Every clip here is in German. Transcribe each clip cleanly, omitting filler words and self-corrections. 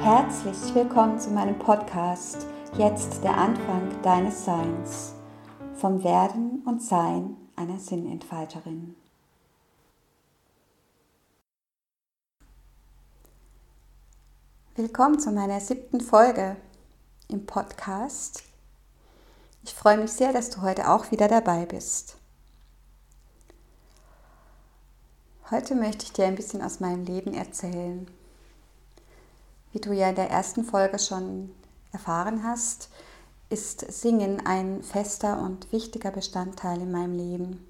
Herzlich willkommen zu meinem Podcast Jetzt der Anfang deines Seins. Vom Werden und Sein einer Sinnentfalterin. Willkommen zu meiner 7. Folge im Podcast. Ich freue mich sehr, dass du heute auch wieder dabei bist. Heute möchte ich dir ein bisschen aus meinem Leben erzählen. Wie du ja in der ersten Folge schon erfahren hast, ist Singen ein fester und wichtiger Bestandteil in meinem Leben.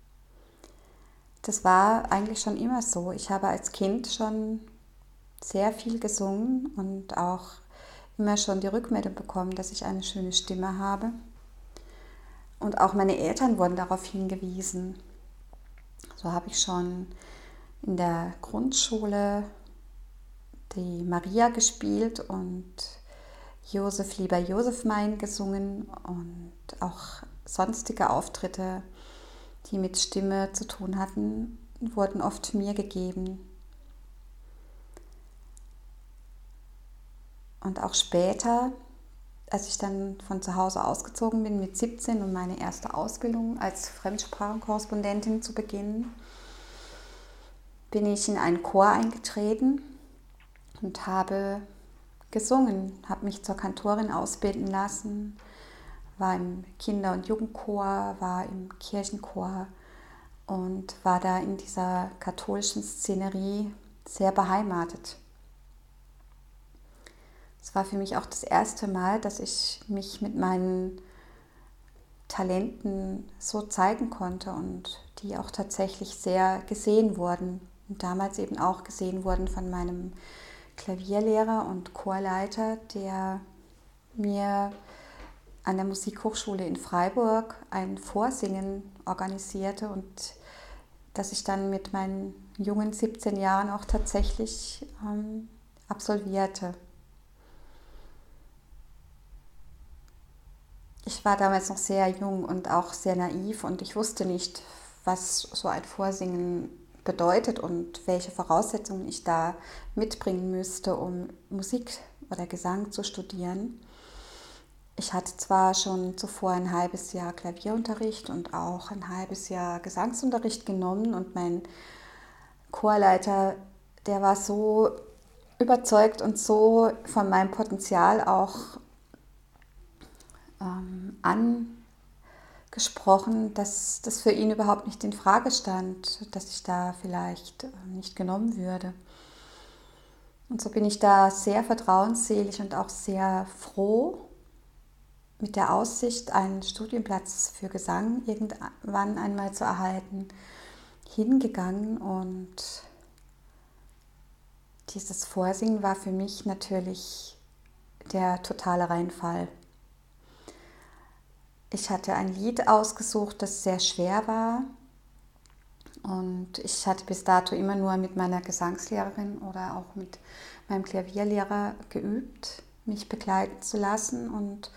Das war eigentlich schon immer so. Ich habe als Kind schon sehr viel gesungen und auch immer schon die Rückmeldung bekommen, dass ich eine schöne Stimme habe. Und auch meine Eltern wurden darauf hingewiesen. So habe ich schon in der Grundschule die Maria gespielt und Josef lieber Josef mein gesungen und auch sonstige Auftritte, die mit Stimme zu tun hatten, wurden oft mir gegeben. Und auch später, als ich dann von zu Hause ausgezogen bin mit 17 und meine erste Ausbildung als Fremdsprachenkorrespondentin zu beginnen, bin ich in einen Chor eingetreten und habe gesungen, habe mich zur Kantorin ausbilden lassen, war im Kinder- und Jugendchor, war im Kirchenchor und war da in dieser katholischen Szenerie sehr beheimatet. Es war für mich auch das erste Mal, dass ich mich mit meinen Talenten so zeigen konnte und die auch tatsächlich sehr gesehen wurden und damals eben auch gesehen wurden von meinem Klavierlehrer und Chorleiter, der mir an der Musikhochschule in Freiburg ein Vorsingen organisierte und das ich dann mit meinen jungen 17 Jahren auch tatsächlich absolvierte. Ich war damals noch sehr jung und auch sehr naiv und ich wusste nicht, was so ein Vorsingen bedeutet und welche Voraussetzungen ich da mitbringen müsste, um Musik oder Gesang zu studieren. Ich hatte zwar schon zuvor ein halbes Jahr Klavierunterricht und auch ein halbes Jahr Gesangsunterricht genommen und mein Chorleiter, der war so überzeugt und so von meinem Potenzial auch angesprochen, dass das für ihn überhaupt nicht in Frage stand, dass ich da vielleicht nicht genommen würde. Und so bin ich da sehr vertrauensselig und auch sehr froh mit der Aussicht, einen Studienplatz für Gesang irgendwann einmal zu erhalten, hingegangen und dieses Vorsingen war für mich natürlich der totale Reinfall. Ich hatte ein Lied ausgesucht, das sehr schwer war und ich hatte bis dato immer nur mit meiner Gesangslehrerin oder auch mit meinem Klavierlehrer geübt, mich begleiten zu lassen und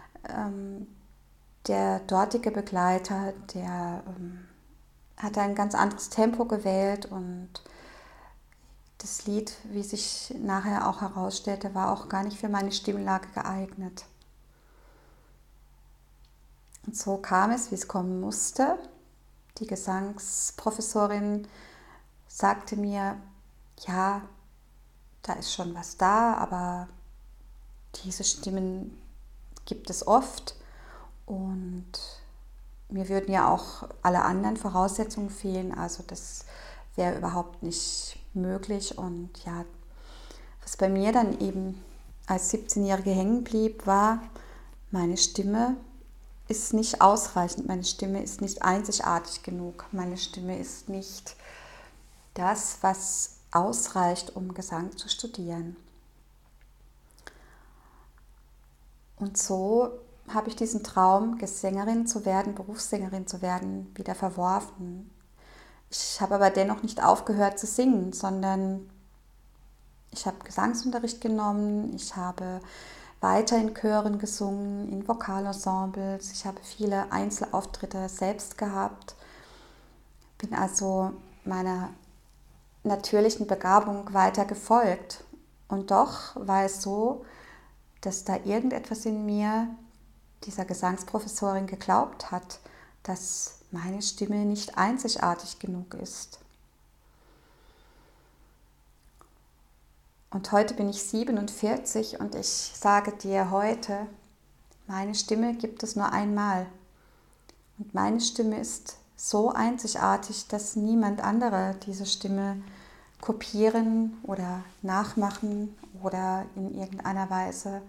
der dortige Begleiter, der hatte ein ganz anderes Tempo gewählt und das Lied, wie sich nachher auch herausstellte, war auch gar nicht für meine Stimmlage geeignet. Und so kam es, wie es kommen musste. Die Gesangsprofessorin sagte mir, ja, da ist schon was da, aber diese Stimmen gibt es oft und mir würden ja auch alle anderen Voraussetzungen fehlen, also das wäre überhaupt nicht möglich. Und ja, was bei mir dann eben als 17-Jährige hängen blieb, war, meine Stimme ist nicht ausreichend, meine Stimme ist nicht einzigartig genug, meine Stimme ist nicht das, was ausreicht, um Gesang zu studieren. Und so habe ich diesen Traum, Sängerin zu werden, Berufssängerin zu werden, wieder verworfen. Ich habe aber dennoch nicht aufgehört zu singen, sondern ich habe Gesangsunterricht genommen, ich habe weiter in Chören gesungen, in Vokalensembles, ich habe viele Einzelauftritte selbst gehabt, bin also meiner natürlichen Begabung weiter gefolgt Und doch war es so, dass da irgendetwas in mir dieser Gesangsprofessorin geglaubt hat, dass meine Stimme nicht einzigartig genug ist. Und heute bin ich 47 und ich sage dir heute, meine Stimme gibt es nur einmal. Und meine Stimme ist so einzigartig, dass niemand anderer diese Stimme kopieren oder nachmachen oder in irgendeiner Weise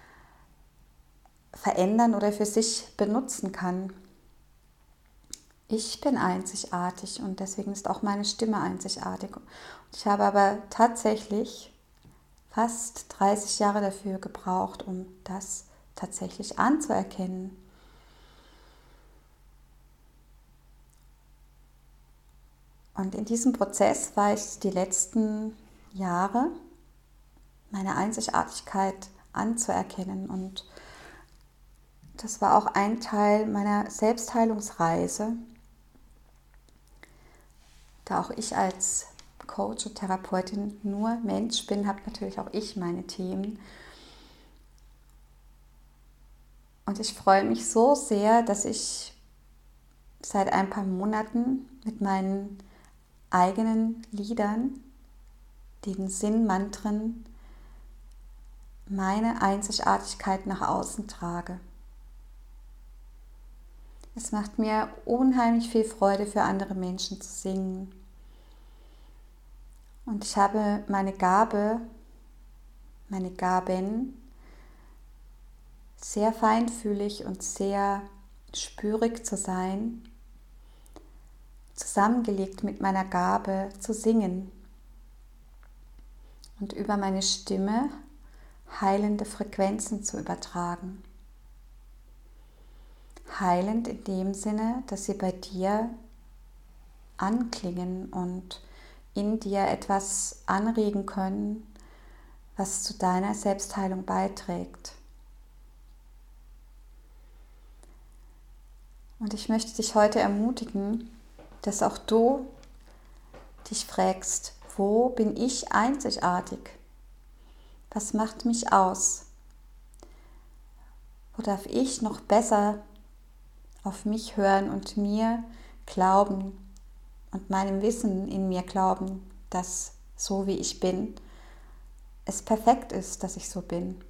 verändern oder für sich benutzen kann. Ich bin einzigartig und deswegen ist auch meine Stimme einzigartig. Ich habe aber tatsächlich fast 30 Jahre dafür gebraucht, um das tatsächlich anzuerkennen. Und in diesem Prozess war ich die letzten Jahre, meine Einzigartigkeit anzuerkennen. Und das war auch ein Teil meiner Selbstheilungsreise, da auch ich als Coach und Therapeutin nur Mensch bin, habe natürlich auch ich meine Themen. Und ich freue mich so sehr, dass ich seit ein paar Monaten mit meinen eigenen Liedern, den Sinnmantren, meine Einzigartigkeit nach außen trage. Es macht mir unheimlich viel Freude, für andere Menschen zu singen. Und ich habe meine Gabe, meine Gaben, sehr feinfühlig und sehr spürig zu sein, zusammengelegt mit meiner Gabe zu singen und über meine Stimme heilende Frequenzen zu übertragen. Heilend in dem Sinne, dass sie bei dir anklingen und in dir etwas anregen können, was zu deiner Selbstheilung beiträgt. Und ich möchte dich heute ermutigen, dass auch du dich fragst, wo bin ich einzigartig? Was macht mich aus? Wo darf ich noch besser auf mich hören und mir glauben und meinem Wissen in mir glauben, dass so wie ich bin, es perfekt ist, dass ich so bin.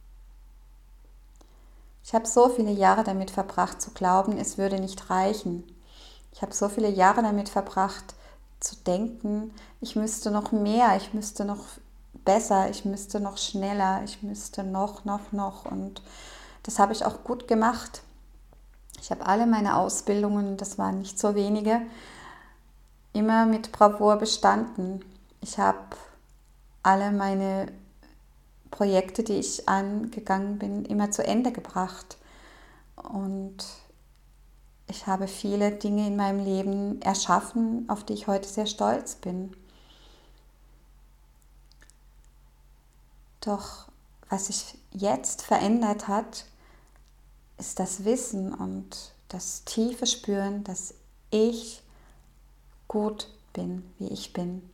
Ich habe so viele Jahre damit verbracht zu glauben, es würde nicht reichen. Ich habe so viele Jahre damit verbracht zu denken, ich müsste noch mehr, ich müsste noch besser, ich müsste noch schneller, ich müsste noch. Und das habe ich auch gut gemacht. Ich habe alle meine Ausbildungen, das waren nicht so wenige, immer mit Bravour bestanden. Ich habe alle meine Projekte, die ich angegangen bin, immer zu Ende gebracht. Und ich habe viele Dinge in meinem Leben erschaffen, auf die ich heute sehr stolz bin. Doch was sich jetzt verändert hat, ist das Wissen und das tiefe Spüren, dass ich gut bin, wie ich bin.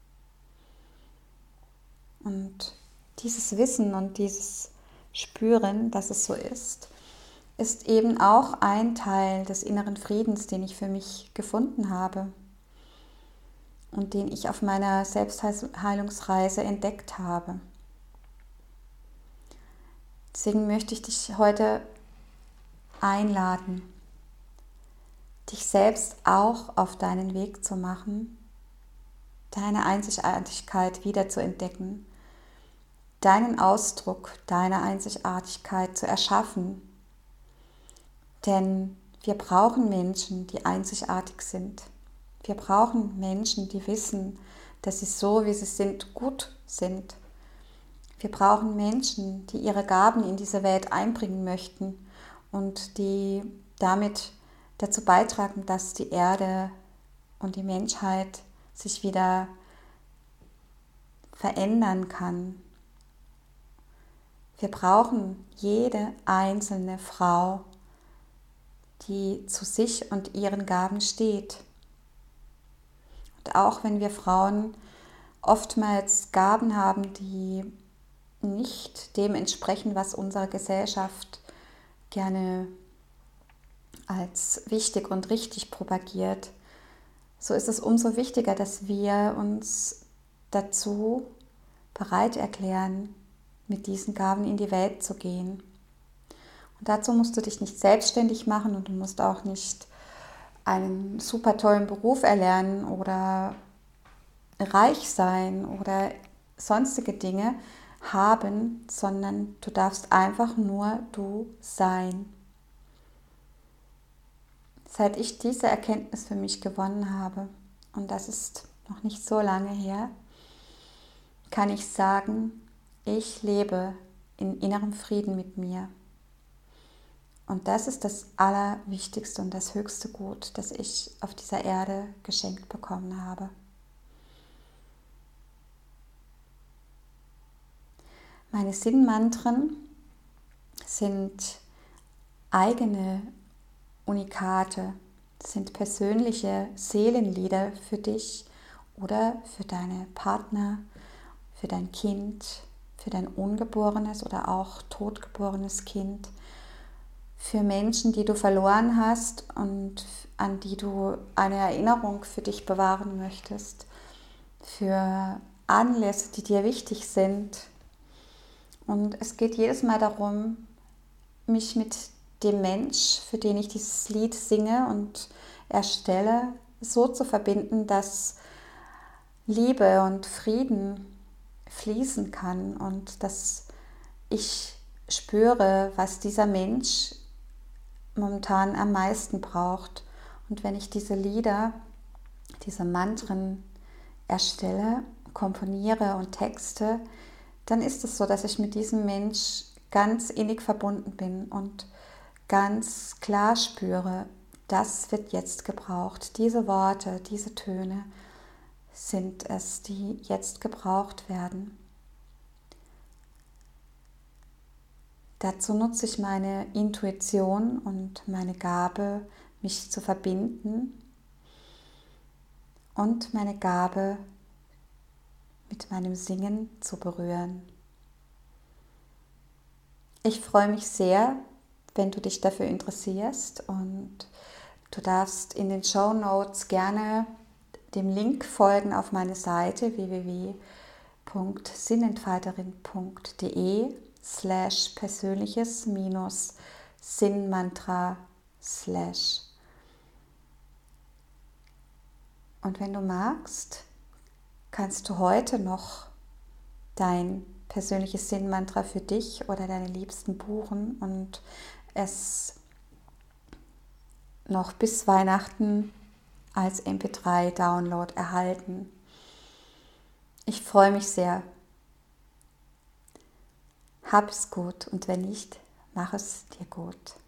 Und dieses Wissen und dieses Spüren, dass es so ist eben auch ein Teil des inneren Friedens, den ich für mich gefunden habe und den ich auf meiner Selbstheilungsreise entdeckt habe. Deswegen möchte ich dich heute einladen, dich selbst auch auf deinen Weg zu machen, deine Einzigartigkeit wieder zu entdecken, deinen Ausdruck deiner Einzigartigkeit zu erschaffen. Denn wir brauchen Menschen, die einzigartig sind. Wir brauchen Menschen, die wissen, dass sie so, wie sie sind, gut sind. Wir brauchen Menschen, die ihre Gaben in diese Welt einbringen möchten und die damit dazu beitragen, dass die Erde und die Menschheit sich wieder verändern kann. Wir brauchen jede einzelne Frau, die zu sich und ihren Gaben steht. Und auch wenn wir Frauen oftmals Gaben haben, die nicht dem entsprechen, was unsere Gesellschaft gerne als wichtig und richtig propagiert, so ist es umso wichtiger, dass wir uns dazu bereit erklären, mit diesen Gaben in die Welt zu gehen. Und dazu musst du dich nicht selbstständig machen und du musst auch nicht einen super tollen Beruf erlernen oder reich sein oder sonstige Dinge haben, sondern du darfst einfach nur du sein. Seit ich diese Erkenntnis für mich gewonnen habe, und das ist noch nicht so lange her, kann ich sagen, ich lebe in innerem Frieden mit mir. Und das ist das Allerwichtigste und das höchste Gut, das ich auf dieser Erde geschenkt bekommen habe. Meine Sinnmantren sind eigene Unikate, sind persönliche Seelenlieder für dich oder für deine Partner, für dein Kind, für dein ungeborenes oder auch totgeborenes Kind, für Menschen, die du verloren hast und an die du eine Erinnerung für dich bewahren möchtest, für Anlässe, die dir wichtig sind. Und es geht jedes Mal darum, mich mit dem Mensch, für den ich dieses Lied singe und erstelle, so zu verbinden, dass Liebe und Frieden fließen kann und dass ich spüre, was dieser Mensch momentan am meisten braucht. Und wenn ich diese Lieder, diese Mantren erstelle, komponiere und texte, dann ist es so, dass ich mit diesem Mensch ganz innig verbunden bin und ganz klar spüre, das wird jetzt gebraucht. Diese Worte, diese Töne sind es, die jetzt gebraucht werden. Dazu nutze ich meine Intuition und meine Gabe, mich zu verbinden und meine Gabe, mit meinem Singen zu berühren. Ich freue mich sehr, wenn du dich dafür interessierst, und du darfst in den Shownotes gerne dem Link folgen auf meine Seite www.sinnentfalterin.de/persönliches-Sinnmantra/. Und wenn du magst, kannst du heute noch dein persönliches Sinnmantra für dich oder deine Liebsten buchen und es noch bis Weihnachten als MP3-Download erhalten. Ich freue mich sehr. Hab es gut, und wenn nicht, mach es dir gut.